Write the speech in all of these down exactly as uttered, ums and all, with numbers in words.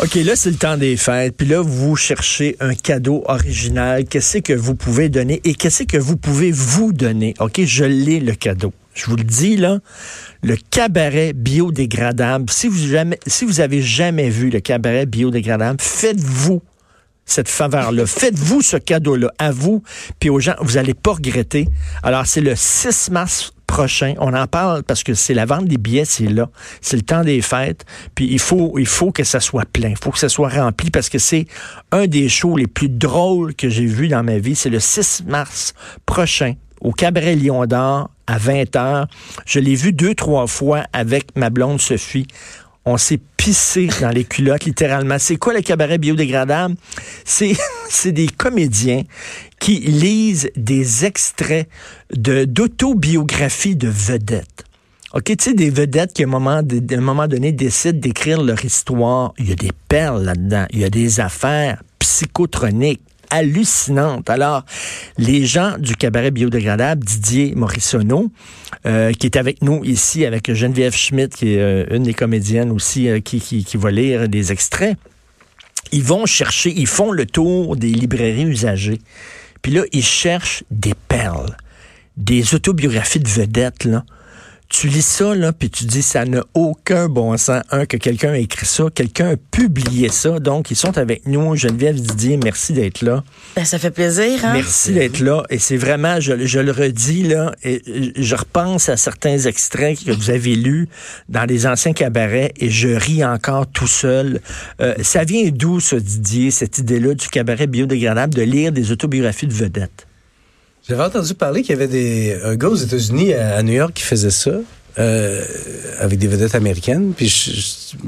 OK, là, c'est le temps des fêtes. Puis là, vous cherchez un cadeau original. Qu'est-ce que vous pouvez donner et qu'est-ce que vous pouvez vous donner? OK, je l'ai, le cadeau. Je vous le dis, là, le cabaret biodégradable. Si vous jamais, si vous avez jamais vu le cabaret biodégradable, faites-vous cette faveur-là. Faites-vous ce cadeau-là à vous, puis aux gens, vous n'allez pas regretter. Alors, c'est le six mars prochain. On en parle parce que c'est la vente des billets, c'est là. C'est le temps des fêtes. Puis il faut, il faut que ça soit plein. Il faut que ça soit rempli parce que c'est un des shows les plus drôles que j'ai vu dans ma vie. C'est le six mars prochain au Cabaret Lion d'Or à vingt heures. Je l'ai vu deux, trois fois avec ma blonde Sophie. On s'est pissé dans les culottes, littéralement. C'est quoi le cabaret biodégradable? C'est, c'est des comédiens qui lisent des extraits de, d'autobiographie de vedettes. OK, tu sais, des vedettes qui, à un moment, à un moment donné, décident d'écrire leur histoire. Il y a des perles là-dedans. Il y a des affaires psychotroniques hallucinante. Alors, les gens du cabaret biodégradable, Didier Morissonneau, euh, qui est avec nous ici, avec Geneviève Schmidt, qui est euh, une des comédiennes aussi, euh, qui, qui, qui va lire des extraits, ils vont chercher, ils font le tour des librairies usagées. Puis là, ils cherchent des perles, des autobiographies de vedettes, là. Tu lis ça, là, puis tu dis, ça n'a aucun bon sens. Un, que quelqu'un a écrit ça, quelqu'un a publié ça. Donc, ils sont avec nous. Geneviève, Didier, merci d'être là. Ben, ça fait plaisir, hein? Merci d'être là. Et c'est vraiment, je, je le redis, là, et je repense à certains extraits que vous avez lus dans les anciens cabarets et je ris encore tout seul. Euh, ça vient d'où, ça, Didier, cette idée-là du cabaret biodégradable, de lire des autobiographies de vedettes? J'avais entendu parler qu'il y avait des, un gars aux États-Unis, à, à New York, qui faisait ça, euh, avec des vedettes américaines. Puis je, je,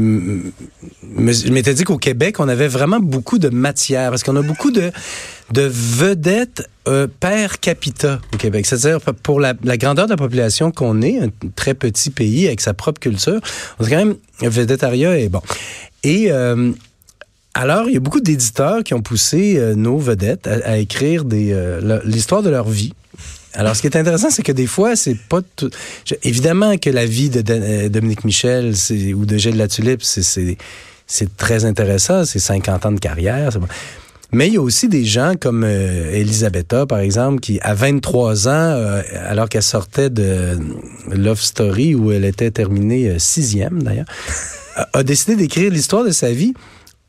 me, je m'étais dit qu'au Québec, on avait vraiment beaucoup de matière, parce qu'on a beaucoup de, de vedettes euh, per capita au Québec. C'est-à-dire, pour la, la grandeur de la population qu'on est, un très petit pays avec sa propre culture, on a quand même un vedettariat et bon. Et... Euh, Alors, il y a beaucoup d'éditeurs qui ont poussé euh, nos vedettes à, à écrire des, euh, le, l'histoire de leur vie. Alors, ce qui est intéressant, c'est que des fois, c'est pas tout... Je, évidemment que la vie de, de euh, Dominique Michel c'est, ou de Gilles Latulippe, c'est, c'est, c'est très intéressant. C'est cinquante ans de carrière. C'est bon. Mais il y a aussi des gens comme euh, Elisabetta, par exemple, qui, à vingt-trois ans, euh, alors qu'elle sortait de Love Story, où elle était terminée euh, sixième, d'ailleurs, a, a décidé d'écrire l'histoire de sa vie.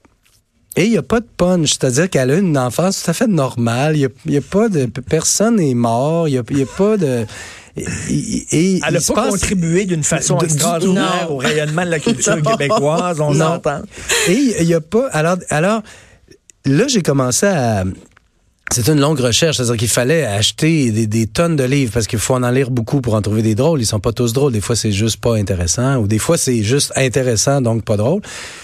Et il n'y a pas de punch, c'est-à-dire qu'elle a une enfance tout à fait normale. Il n'y a, a pas de... Personne n'est mort. Il n'y a, a pas de... Et, et, elle n'a pas passe, contribué d'une façon de, extraordinaire au rayonnement de la culture québécoise, on l'entend. Et il n'y a pas... Alors, alors, là, j'ai commencé à... C'était une longue recherche, c'est-à-dire qu'il fallait acheter des, des tonnes de livres, parce qu'il faut en lire beaucoup pour en trouver des drôles. Ils sont pas tous drôles. Des fois, c'est juste pas intéressant, ou des fois, c'est juste intéressant, donc pas drôle.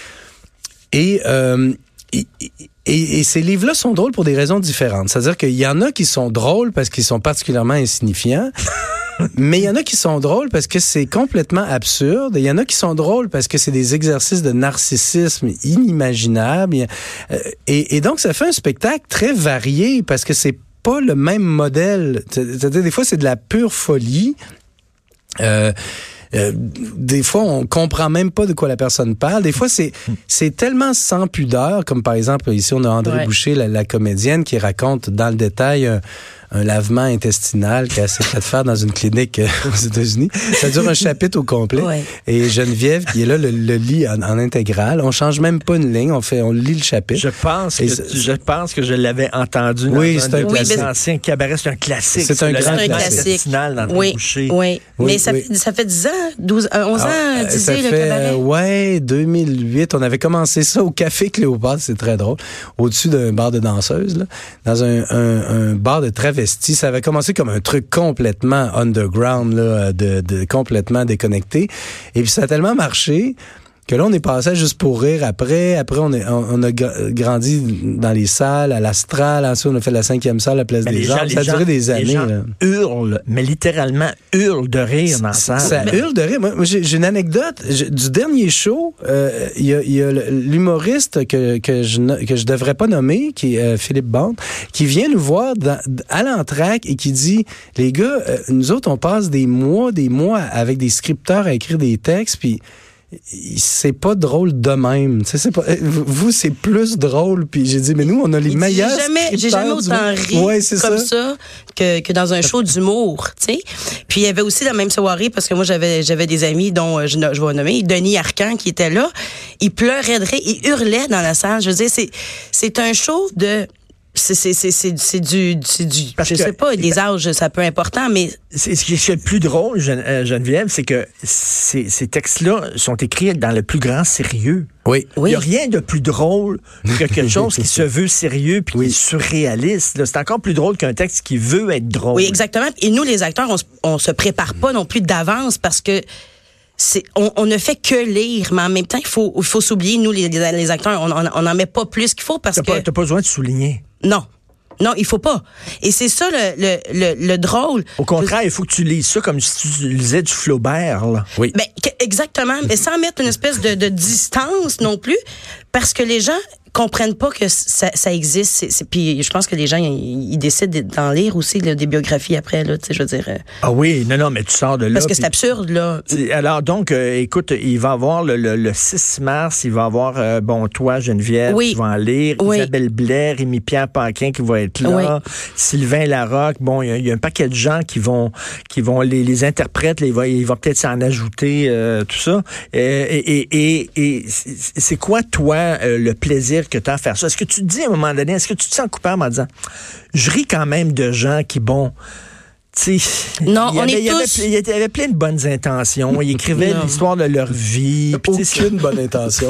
Et... Euh, Et, et, et ces livres-là sont drôles pour des raisons différentes. C'est-à-dire qu'il y en a qui sont drôles parce qu'ils sont particulièrement insignifiants, mais il y en a qui sont drôles parce que c'est complètement absurde. Il y en a qui sont drôles parce que c'est des exercices de narcissisme inimaginables. Et, et donc, ça fait un spectacle très varié parce que c'est pas le même modèle. C'est-à-dire, des fois, c'est de la pure folie. Euh... Euh, des fois, on comprend même pas de quoi la personne parle. Des fois, c'est c'est tellement sans pudeur, comme par exemple, ici, on a André ouais. Boucher, la, la comédienne, qui raconte dans le détail un, un lavement intestinal qu'elle s'est fait faire dans une clinique euh, aux États-Unis. Ça dure un chapitre au complet. Ouais. Et Geneviève, qui est là, le, le lit en, en intégrale. On change même pas une ligne, on fait, on lit le chapitre. Je pense que, je pense que je l'avais entendu dans oui, un, c'est un oui, classique. Ancien cabaret, c'est un classique. C'est un grand classique. Intestinal d'André oui, Boucher. Oui, oui. Mais ça, oui. Fait, ça fait dix ans, douze, onze ans, Alors, Didier, ça le fait, cabaret. Euh, ouais, deux mille huit, on avait commencé ça au Café Cléopâtre, c'est très drôle, au-dessus d'un bar de danseuses, là, dans un, un, un bar de travestis. Ça avait commencé comme un truc complètement underground, là, de, de complètement déconnecté. Et puis ça a tellement marché que là, on est passé à Juste pour rire après. Après, on, est, on, on a grandi dans les salles, à l'Astral. Ensuite, on a fait la cinquième salle, la Place mais des Arts. Ça a duré des années. Les gens là. hurlent, mais littéralement hurlent de rire dans la salle. Ça mais... hurle de rire. Moi, j'ai, j'ai une anecdote. J'ai, du dernier show, il euh, y, a, y a l'humoriste que, que, je, que je devrais pas nommer, qui est euh, Philippe Bond, qui vient nous voir dans, à l'entraque et qui dit, les gars, euh, nous autres, on passe des mois, des mois avec des scripteurs à écrire des textes, puis c'est pas drôle de même. Tu sais, c'est pas, vous, c'est plus drôle. Puis j'ai dit, mais nous, on a les Il meilleurs dit, J'ai jamais, j'ai jamais autant ri ouais, comme ça, ça que, que dans un show d'humour, tu sais. Puis il y avait aussi la même soirée, parce que moi, j'avais, j'avais des amis dont je, je vais nommer, Denis Arcand, qui était là. Il pleurait de rire, il hurlait dans la salle. Je veux dire, c'est, c'est un show de... C'est, c'est, c'est, c'est, c'est du, c'est du Parce je que, sais pas, les âges, ça peut être important, mais... C'est, ce qui est le plus drôle, Geneviève, c'est que ces, ces textes-là sont écrits dans le plus grand sérieux. Oui. Il n'y a rien de plus drôle que quelque chose qui se veut sérieux puis oui. qui est surréaliste. Là, c'est encore plus drôle qu'un texte qui veut être drôle. Oui, exactement. Et nous, les acteurs, on, on se prépare pas non plus d'avance parce que c'est, on, on ne fait que lire, mais en même temps, il faut, il faut s'oublier, nous, les, les acteurs, on n'en met pas plus qu'il faut parce t'as que... Pas, t'as pas besoin de souligner. Non. Non, il faut pas. Et c'est ça le, le, le, le drôle. Au contraire, il faut que tu lises ça comme si tu lisais du Flaubert, là. Oui. Ben, exactement. Mais sans mettre une espèce de, de distance non plus, parce que les gens comprennent pas que ça, ça existe. C'est, c'est, puis je pense que les gens, ils, ils décident d'en lire aussi là, des biographies après, là, tu sais, je veux dire. Euh, ah oui, non, non, mais tu sors de là. Parce que c'est absurde, là. Alors, donc, euh, écoute, il va y avoir le, le, le six mars, il va y avoir, euh, bon, toi, Geneviève, oui. qui va en lire, oui. Isabelle Blais, Rémi-Pierre Paquin qui va être là, oui. Sylvain Larocque, bon, il y, y a un paquet de gens qui vont, qui vont les, les interprètes, là, il va, il va peut-être s'en ajouter, euh, tout ça. Et, et, et, et c'est quoi, toi, euh, le plaisir que tu as à faire ça? Est-ce que tu te dis à un moment donné, est-ce que tu te sens coupable en disant, je ris quand même de gens qui, bon, tu sais, non, il y on avait, est il y tous... avait, il y avait plein de bonnes intentions. Ils écrivaient non. l'histoire de leur vie. Aucune bonne intention.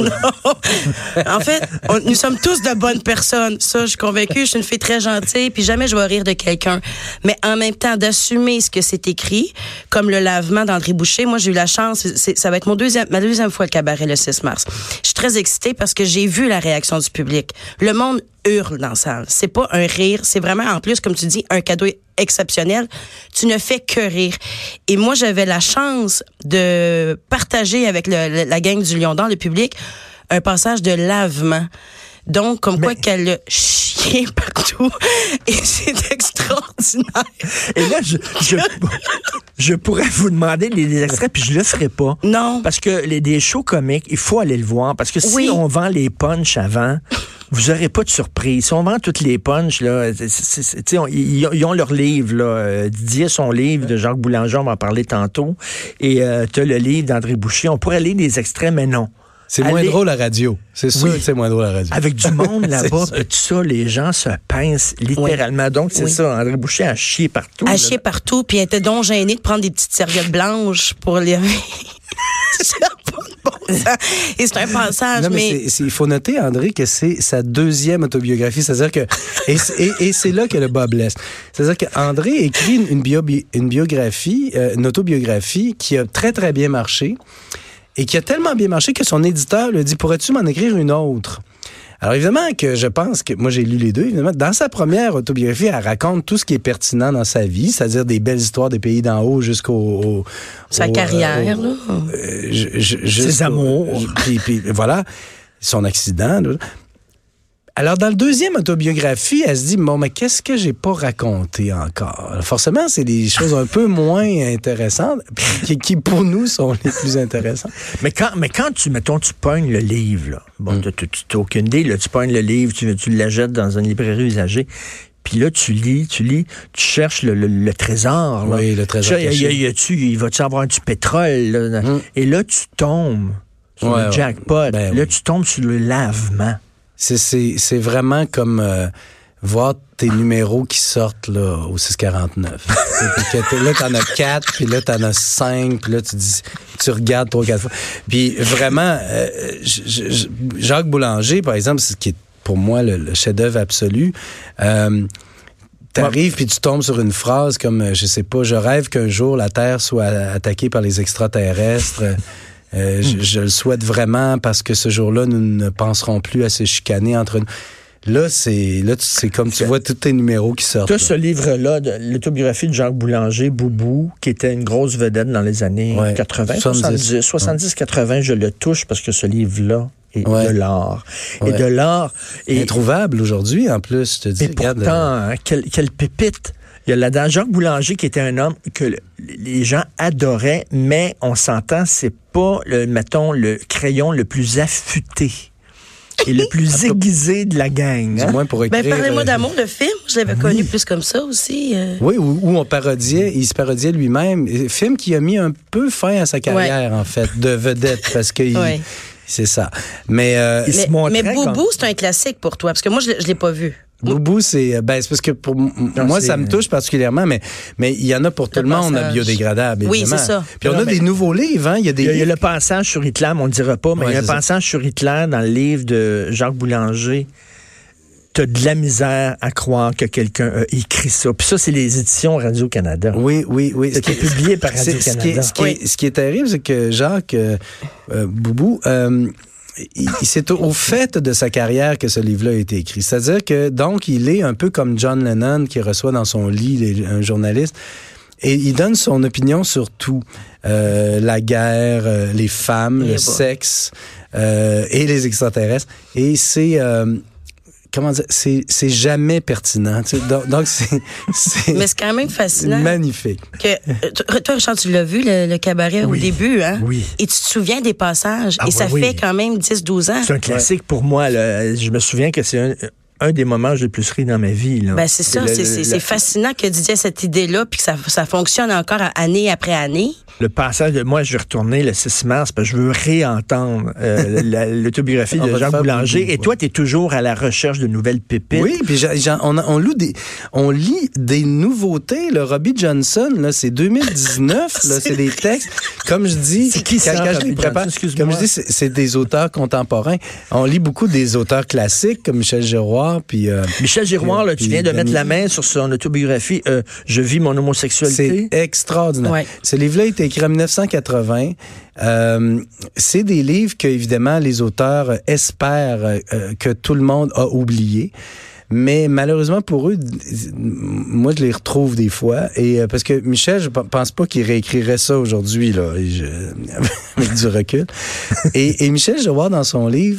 En fait, on, nous sommes tous de bonnes personnes. Ça, je suis convaincue. Je suis une fille très gentille, puis jamais je vais rire de quelqu'un. Mais en même temps, d'assumer ce que c'est écrit, comme le lavement d'André Boucher. Moi, j'ai eu la chance. C'est, ça va être mon deuxième, ma deuxième fois le cabaret le six mars. Je suis très excitée parce que j'ai vu la réaction du public. Le monde hurle dans la salle. C'est pas un rire, c'est vraiment, en plus, comme tu dis, un cadeau exceptionnel. Tu ne fais que rire. Et moi, j'avais la chance de partager avec le, la gang du Lion d'Or, le public, un passage de lavement. Donc, comme Mais... quoi qu'elle a chié partout. Et c'est extraordinaire. Et là, je, je, je pourrais vous demander les, les extraits, puis je le ferai pas. Non. Parce que les, des shows comiques, il faut aller le voir. Parce que si oui. on vend les punchs avant, vous n'aurez pas de surprise. Si on vend toutes les punchs, là, c'est, c'est, c'est, on, ils, ils ont leur livre. Là. Didier a son livre de Jacques Boulanger, on va en parler tantôt. Et euh, tu as le livre d'André Boucher. On pourrait lire des extraits, mais non. C'est moins Allez. drôle à radio. C'est sûr oui. que c'est moins drôle à radio. Avec du monde là-bas, tout ça, les gens se pincent littéralement. Oui. Donc, c'est oui. ça. André Boucher a chié partout. A chié partout, puis elle était donc gênée de prendre des petites serviettes blanches pour les... Et c'est un passage, non, mais, mais... C'est, c'est, il faut noter, André, que c'est sa deuxième autobiographie. C'est-à-dire que... Et, et, et c'est là que le bas blesse. C'est-à-dire qu'André écrit une, bio, une biographie, euh, une autobiographie qui a très, très bien marché et qui a tellement bien marché que son éditeur lui a dit « Pourrais-tu m'en écrire une autre? » Alors évidemment que je pense que, moi j'ai lu les deux, évidemment, dans sa première autobiographie, elle raconte tout ce qui est pertinent dans sa vie, c'est-à-dire des belles histoires des pays d'en haut jusqu'au... Au, sa au, carrière, euh, là. Euh, je, je, Ses amours. Puis, puis voilà, son accident. Là. Alors, dans le deuxième autobiographie, elle se dit, bon, mais qu'est-ce que j'ai pas raconté encore? Alors, forcément, c'est des choses un peu moins intéressantes qui, qui, pour nous, sont les plus intéressantes. Mais quand, mais quand tu, mettons, tu pognes le livre, là, bon, mm. tu n'as aucune idée, là, tu pognes le livre, tu, tu l'achètes dans une librairie usagée, puis là, tu lis, tu lis, tu cherches le, le, le trésor. Là. Oui, le trésor tu, y a, y a-tu, il va-tu avoir du pétrole? Là, mm. Et là, tu tombes sur ouais, le jackpot. Ouais. Ben, là, oui. tu tombes sur le lavement. C'est, c'est, c'est vraiment comme euh, voir tes numéros qui sortent là, au six quarante-neuf. Puis que là, t'en as quatre, puis là, t'en as cinq, puis là, tu dis, tu regardes trois, quatre fois. Puis vraiment, euh, je, je, Jacques Boulanger, par exemple, c'est ce qui est pour moi le, le chef-d'œuvre absolu. Euh, T'arrives ouais. puis tu tombes sur une phrase comme, je sais pas, je rêve qu'un jour la Terre soit attaquée par les extraterrestres. Euh, je, je le souhaite vraiment parce que ce jour-là, nous ne penserons plus à se chicaner entre nous. Là, c'est là, c'est comme tu vois tous tes numéros qui sortent. Tu as ce livre-là, de, l'autobiographie de Jacques Boulanger, Boubou, qui était une grosse vedette dans les années ouais. quatre-vingts, soixante-dix, soixante-dix, quatre-vingts. Je le touche parce que ce livre-là est ouais. de l'art. Ouais. Et de l'art... Et introuvable aujourd'hui, en plus, je te dis. Et pourtant, hein, quelle, quelle pépite. Il y a là-dedans Jacques Boulanger qui était un homme que le, les gens adoraient, mais on s'entend, c'est pas, le, mettons, le crayon le plus affûté et le plus aiguisé de la gang. Hein? Du moins pour écrire. Ben, parlez-moi euh, d'amour, le film. Je l'avais oui. connu plus comme ça aussi. Euh. Oui, où, où on parodiait, il se parodiait lui-même. Film qui a mis un peu fin à sa carrière, ouais. en fait, de vedette, parce que il, ouais. c'est ça. Mais, euh, mais, se mais Boubou, comme... c'est un classique pour toi, parce que moi, je ne l'ai pas vu. Boubou, c'est ben c'est parce que pour non, moi ça me touche particulièrement, mais mais il y en a pour tout le, le monde à biodégradable. Oui, évidemment. c'est ça. Puis on non, a des nouveaux livres, hein. Il y a des. Il y a, il y a le passage sur Hitler, on ne dira pas, mais ouais, il y a un passage ça. sur Hitler dans le livre de Jacques Boulanger. T'as de la misère à croire que quelqu'un a écrit ça. Puis ça, c'est les éditions Radio-Canada. Oui, oui, oui. C'était publié par Radio-Canada. Ce qui est, ce qui est, ce qui est terrible, c'est que Jacques euh, euh, Boubou. Euh, Il, c'est au, au fait de sa carrière que ce livre-là a été écrit. C'est-à-dire que, donc, il est un peu comme John Lennon qui reçoit dans son lit les, un journaliste et il donne son opinion sur tout. Euh, la guerre, euh, les femmes, et le bon. sexe euh, et les extraterrestres. Et c'est... Euh, Comment dire, c'est, c'est jamais pertinent. Tu sais, donc, donc c'est, c'est. Mais c'est quand même fascinant. Magnifique. Que, toi, Richard, tu l'as vu, le, le cabaret oui. au début, hein? Oui. Et tu te souviens des passages. Ah, et ça oui, fait oui. quand même dix douze ans. C'est un classique ouais. pour moi. Là. Je me souviens que c'est un. un des moments où j'ai le plus ri dans ma vie. Là. Ben c'est ça, c'est, le, c'est, le, c'est fascinant que Didier ait cette idée-là, puis que ça, ça fonctionne encore année après année. Le passage de moi, je vais retourner le six mars, parce que je veux réentendre euh, la, l'autobiographie de Jacques Boulanger. Beaucoup, et toi, ouais. tu es toujours à la recherche de nouvelles pépites. Oui, puis j'ai, j'ai, on, on, loue des, on lit des nouveautés. Le Robbie Johnson, là, c'est deux mille dix-neuf, là, c'est des textes. Comme je dis, c'est qui ça, quand, quand je les prépare, comme je dis, c'est, c'est des auteurs contemporains. On lit beaucoup des auteurs classiques comme Michel Giroir. Puis, euh, Michel Giroir, là, tu viens de Denis... mettre la main sur son autobiographie euh, « Je vis mon homosexualité ». C'est extraordinaire. Ouais. Ce livre-là a été écrit en dix-neuf cent quatre-vingts. Euh, c'est des livres que, évidemment, les auteurs espèrent euh, que tout le monde a oublié. Mais malheureusement pour eux, moi je les retrouve des fois. Et euh, parce que Michel, je pense pas qu'il réécrirait ça aujourd'hui, là, et je, avec du recul. et, et Michel Giroir, dans son livre,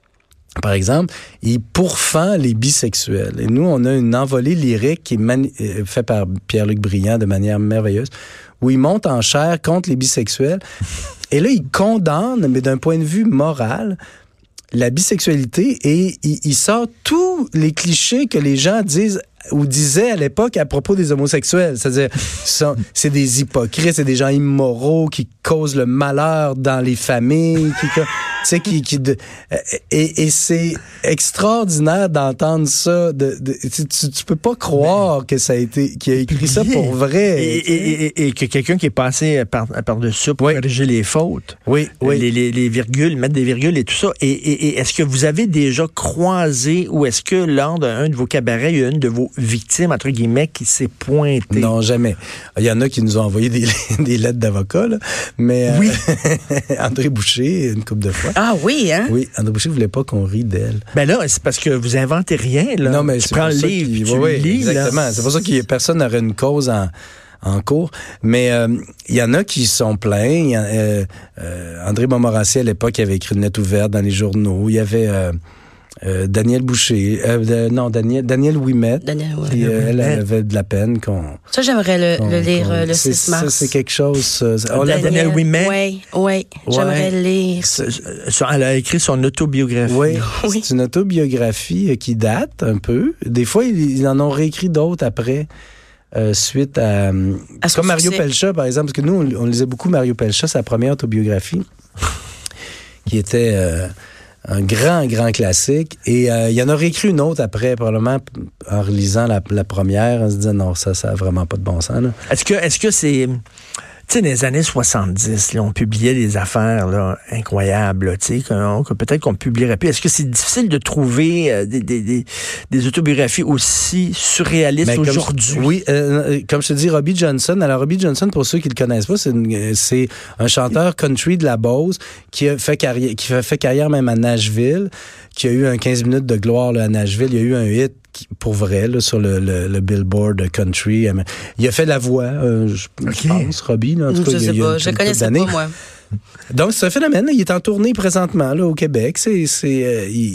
par exemple, il pourfend les bisexuels. Et nous, on a une envolée lyrique qui est mani- faite par Pierre-Luc Briand de manière merveilleuse, où il monte en chair contre les bisexuels. Et là, il condamne, mais d'un point de vue moral, la bisexualité et il, il sort tous les clichés que les gens disent ou disaient à l'époque à propos des homosexuels. C'est-à-dire, sont, c'est des hypocrites, c'est des gens immoraux qui causent le malheur dans les familles, qui, tu sais, qui, qui de, et, et c'est extraordinaire d'entendre ça. De, de, tu, tu, tu peux pas croire que ça a été, qu'il a écrit ça pour vrai. Et, et, et, et que quelqu'un qui est passé par, par-dessus pour oui. corriger les fautes. Oui, oui. Les, les, les virgules, mettre des virgules et tout ça. Et, et, et est-ce que vous avez déjà croisé ou est-ce que lors d'un de vos cabarets, il y a une de vos victimes, entre guillemets, qui s'est pointée? Non, jamais. Il y en a qui nous ont envoyé des, des lettres d'avocats, là, mais oui. euh, André Boucher, une couple de fois. Ah oui, hein? Oui, André Boucher voulait pas qu'on rie d'elle. Ben là, c'est parce que vous inventez rien, là. Non, mais tu prends le livre, qui, tu oui, le lis, exactement. Là. C'est pour ça que personne n'aurait une cause en... en cours. Mais il euh, y en a qui sont pleins. Y a, euh, euh, André Montmorency, à l'époque, il avait écrit une lettre ouverte dans les journaux. Il y avait euh, euh, Daniel Boucher. Euh, de, non, Daniel, Daniel Ouimet. Daniel Ouimet. Puis, euh, elle, elle avait de la peine qu'on... Ça, j'aimerais le, qu'on, le lire qu'on, le six mars. Ça, c'est quelque chose... Euh, oh, Daniel, Daniel Ouimet? Oui, oui. J'aimerais le lire. Elle a écrit son autobiographie. Oui, oui. C'est une autobiographie qui date un peu. Des fois, ils, ils en ont réécrit d'autres après. Euh, suite à... à comme Mario succès. Pelcha, par exemple, parce que nous, on, on lisait beaucoup Mario Pelcha, sa première autobiographie, qui était euh, un grand, grand classique. Et euh, il y en a réécrit une autre après, probablement, en relisant la, la première, en se disant, non, ça, ça n'a vraiment pas de bon sens. Là. Est-ce que, est-ce que c'est... Tu sais, dans les années soixante-dix, là, on publiait des affaires là, incroyables, tu sais, que, que peut-être qu'on publierait plus. Est-ce que c'est difficile de trouver euh, des, des, des, des autobiographies aussi surréalistes Mais aujourd'hui? Comme, oui, euh, comme je te dis, Robbie Johnson. Alors, Robbie Johnson, pour ceux qui le connaissent pas, c'est, une, c'est un chanteur country de la Beauce qui a fait carrière, qui a fait carrière même à Nashville, qui a eu un quinze minutes de gloire là, à Nashville. Il y a eu un hit pour vrai, là, sur le, le, le Billboard Country. Il a fait la voix, euh, je, okay. je pense, Robbie. Là, en tout cas, je il, sais il pas, je connaissais pas, moi. Donc, c'est un phénomène. Là, il est en tournée présentement là, au Québec. C'est, c'est, euh, il,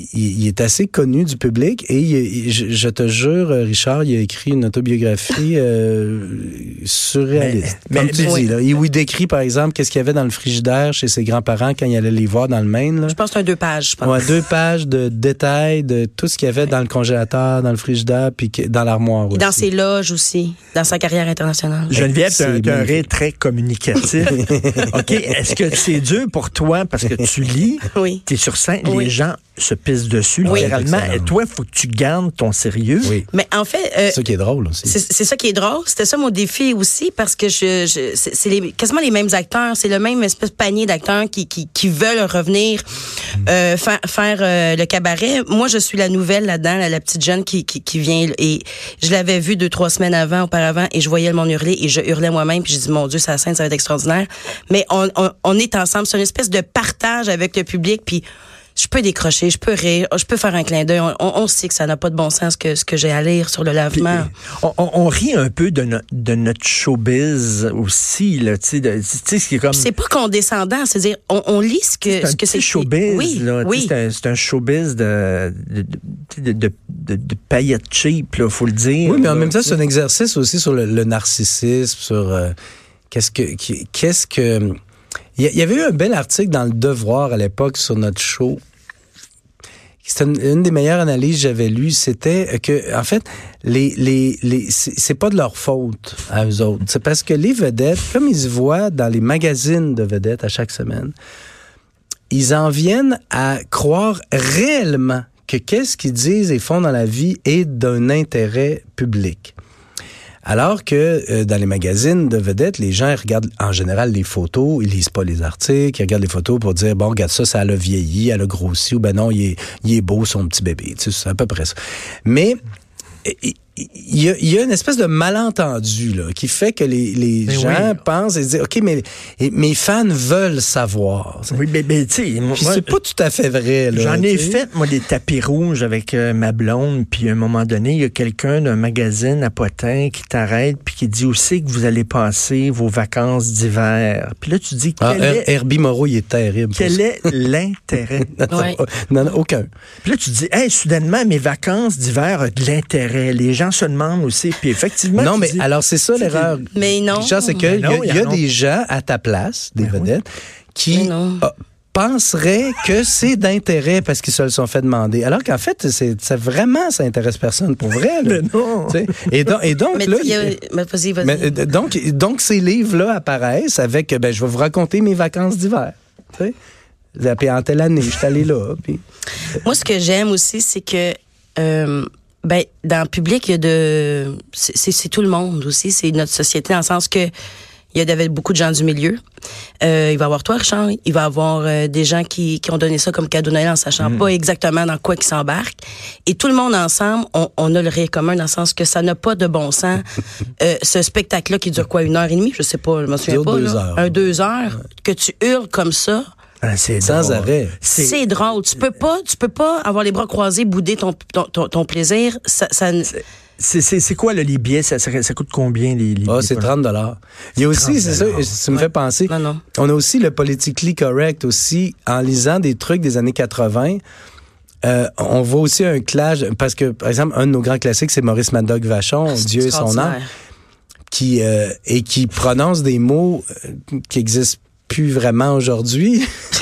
il, il est assez connu du public et il, je, je te jure, Richard, il a écrit une autobiographie euh, surréaliste. Mais, comme mais, tu mais, dis, oui. là, où il décrit, par exemple, qu'est-ce qu'il y avait dans le frigidaire chez ses grands-parents quand il allait les voir dans le Maine. Là. Je pense que c'est un deux pages, je pense. Ouais, deux pages de détails de tout ce qu'il y avait ouais. dans le congélateur, dans le frigidaire, puis dans l'armoire aussi. Dans ses loges aussi, dans sa carrière internationale. Geneviève, tu as un rire très communicatif. OK, est-ce que c'est dur pour toi, parce que tu lis, oui. tu es sur scène, oui. les gens se pissent dessus, oui. littéralement, et toi, il faut que tu gardes ton sérieux. Oui. Mais en fait... Euh, c'est ça qui est drôle aussi. C'est, c'est ça qui est drôle. C'était ça mon défi aussi, parce que je, je c'est, c'est les, quasiment les mêmes acteurs, c'est le même espèce de panier d'acteurs qui, qui, qui veulent revenir euh, faire, faire euh, le cabaret. Moi, je suis la nouvelle là-dedans, la, la petite jeune qui, qui, qui vient, et je l'avais vue deux, trois semaines avant, auparavant, et je voyais le monde hurler, et je hurlais moi-même, puis je dis, mon Dieu, ça scène, ça va être extraordinaire. Mais on, on, on est ensemble, c'est une espèce de partage avec le public, puis je peux décrocher, je peux rire, je peux faire un clin d'œil. On, on sait que ça n'a pas de bon sens que ce que j'ai à lire sur le lavement. Puis, on, on rit un peu de, no, de notre showbiz aussi, là, tu sais, tu sais, ce qui est comme. C'est pas condescendant, c'est-à-dire, on, on lit ce que c'est ce que c'est. Showbiz, oui, là, oui. C'est un, c'est un showbiz de de de, de, de, de paillettes cheap, là, faut le dire. Oui, mais en là, même temps, c'est un exercice aussi sur le, le narcissisme, sur euh, qu'est-ce que qu'est-ce que. Il y avait eu un bel article dans Le Devoir à l'époque sur notre show. C'était une, une des meilleures analyses que j'avais lues. C'était que, en fait, les, les, les, c'est, c'est pas de leur faute à eux autres. C'est parce que les vedettes, comme ils se voient dans les magazines de vedettes à chaque semaine, ils en viennent à croire réellement que qu'est-ce qu'ils disent et font dans la vie est d'un intérêt public. Alors que euh, dans les magazines de vedettes, les gens ils regardent en général les photos, ils lisent pas les articles, ils regardent les photos pour dire, bon, regarde ça, ça a vieilli, elle a grossi, ou ben non, il est, il est beau, son petit bébé. Tu sais, c'est à peu près ça. Mais il y a, il y a une espèce de malentendu là, qui fait que les, les gens oui. pensent et se disent, OK, mais mes fans veulent savoir. T'sais. Oui, mais, mais tu sais... Puis c'est pas tout à fait vrai. Là, j'en ai t'sais. fait, moi, des tapis rouges avec euh, ma blonde, puis à un moment donné, il y a quelqu'un d'un magazine à Potin qui t'arrête puis qui dit aussi que vous allez passer vos vacances d'hiver. Puis là, tu dis... Ah, quel est, Herbie Moreau, il est terrible. Quel est l'intérêt? non, ouais. non, non, aucun. Puis là, tu dis, hey, soudainement, mes vacances d'hiver ont de l'intérêt. Les gens se demandent aussi. Puis effectivement. Non, mais dis, alors c'est ça l'erreur. Mais non. Richard, c'est qu'il y a, y a des gens à ta place, des mais vedettes, oui. qui ah, penseraient que c'est d'intérêt parce qu'ils se le sont fait demander. Alors qu'en fait, c'est, c'est vraiment, ça intéresse personne pour vrai. Là. Mais non. T'sais? Et, do, et donc, mais là. Y a, mais vas-y, vas-y. Mais, donc, donc, ces livres-là apparaissent avec, ben, je vais vous raconter mes vacances d'hiver. Tu sais? Puis en telle année, je suis allé là. Puis... Moi, ce que j'aime aussi, c'est que. Euh, Ben, dans le public, il y a de, c'est, c'est, c'est tout le monde aussi. C'est notre société dans le sens que il y avait beaucoup de gens du milieu. Euh, il va y avoir toi, Richard. Il va y avoir euh, des gens qui, qui ont donné ça comme cadeau Noël en sachant mmh. pas exactement dans quoi ils s'embarquent. Et tout le monde ensemble, on, on a le rire commun dans le sens que ça n'a pas de bon sens. euh, ce spectacle-là qui dure quoi, une heure et demie? Je sais pas, je me souviens pas. Deux là. heures. Un deux heures. Ouais. Que tu hurles comme ça. Ah, c'est sans drôle. arrêt. C'est... c'est drôle. Tu peux pas, tu peux pas avoir les bras croisés, bouder ton, ton, ton, ton plaisir. Ça, ça... C'est, c'est, c'est quoi, là, les billets? Ça, ça, ça coûte combien, les, les Ah, oh, c'est trente dollars. Il y a aussi, c'est ça, ça me ouais. fait penser. Non, non. On a aussi le politically correct aussi, en lisant des trucs des années quatre-vingts. Euh, on voit aussi un clash, parce que, par exemple, un de nos grands classiques, c'est Maurice Madoc Vachon, ah, Dieu et son âme, qui, euh, et qui prononce des mots euh, qui existent plus vraiment aujourd'hui,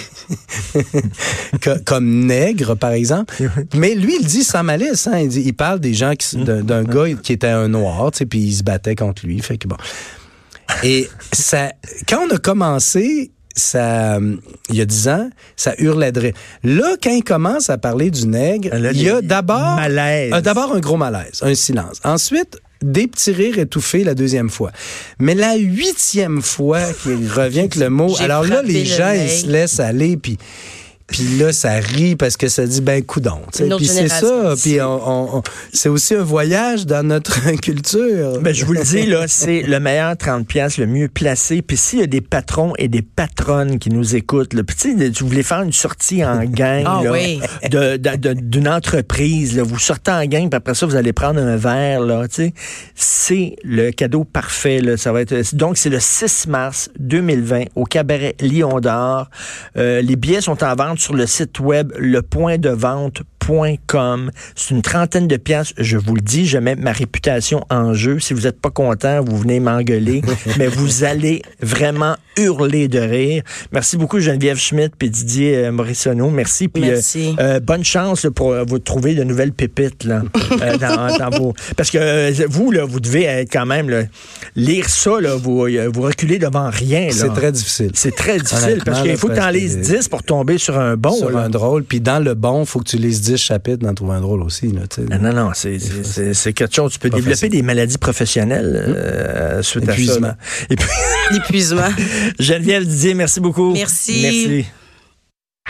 comme nègre, par exemple. Mais lui, il dit sans malice. Hein, il, dit, il parle des gens, qui, d'un, d'un gars qui était un noir, tu sais, puis il se battait contre lui. Fait que bon. Et ça, quand on a commencé, ça, il y a dix ans, ça hurlait de rire. Là, quand il commence à parler du nègre, là, il y a d'abord, euh, d'abord un gros malaise, un silence. Ensuite, des petits rires étouffés la deuxième fois. Mais la huitième fois qu'il revient avec le mot, J'ai alors là, les gens, ils se laissent aller, puis... Puis là, ça rit parce que ça dit, ben, coudonc. Puis c'est ça. Puis on, on, c'est aussi un voyage dans notre culture. Ben, je vous le dis, là, c'est le meilleur trente piastres, le mieux placé. Puis s'il y a des patrons et des patronnes qui nous écoutent, là, puis tu sais, vous voulez faire une sortie en gang ah, là, oui. de, de, de, d'une entreprise, là, vous sortez en gang, puis après ça, vous allez prendre un verre, là, tu sais. C'est le cadeau parfait, là. Ça va être, donc, c'est le six mars deux mille vingt au Cabaret Lion d'Or. Euh, les billets sont en vente sur le site web le point de vente point com. C'est une trentaine de piastres. Je vous le dis, je mets ma réputation en jeu. Si vous n'êtes pas content, vous venez m'engueuler. Mais vous allez vraiment hurler de rire. Merci beaucoup, Geneviève Schmidt puis Didier euh, Morissonneau. Merci. Puis, Merci. Euh, euh, bonne chance là, pour euh, vous trouver de nouvelles pépites là, euh, dans, dans vos... Parce que euh, vous, là, vous devez être quand même... Là, lire ça, là, vous, euh, vous reculez devant rien. Là. C'est très difficile. C'est très difficile parce qu'il faut que tu en lises dix pour tomber sur un bon. Sur là. un drôle. Puis dans le bon, il faut que tu lises dix chapitres dans trouver un drôle aussi. Là, non, non, non. C'est, c'est, c'est, c'est quelque chose. Tu peux développer facile. Des maladies professionnelles euh, suite Épuisement. à ça. Là. Et puis... L'épuisement. Geneviève Didier, merci beaucoup. Merci. Merci.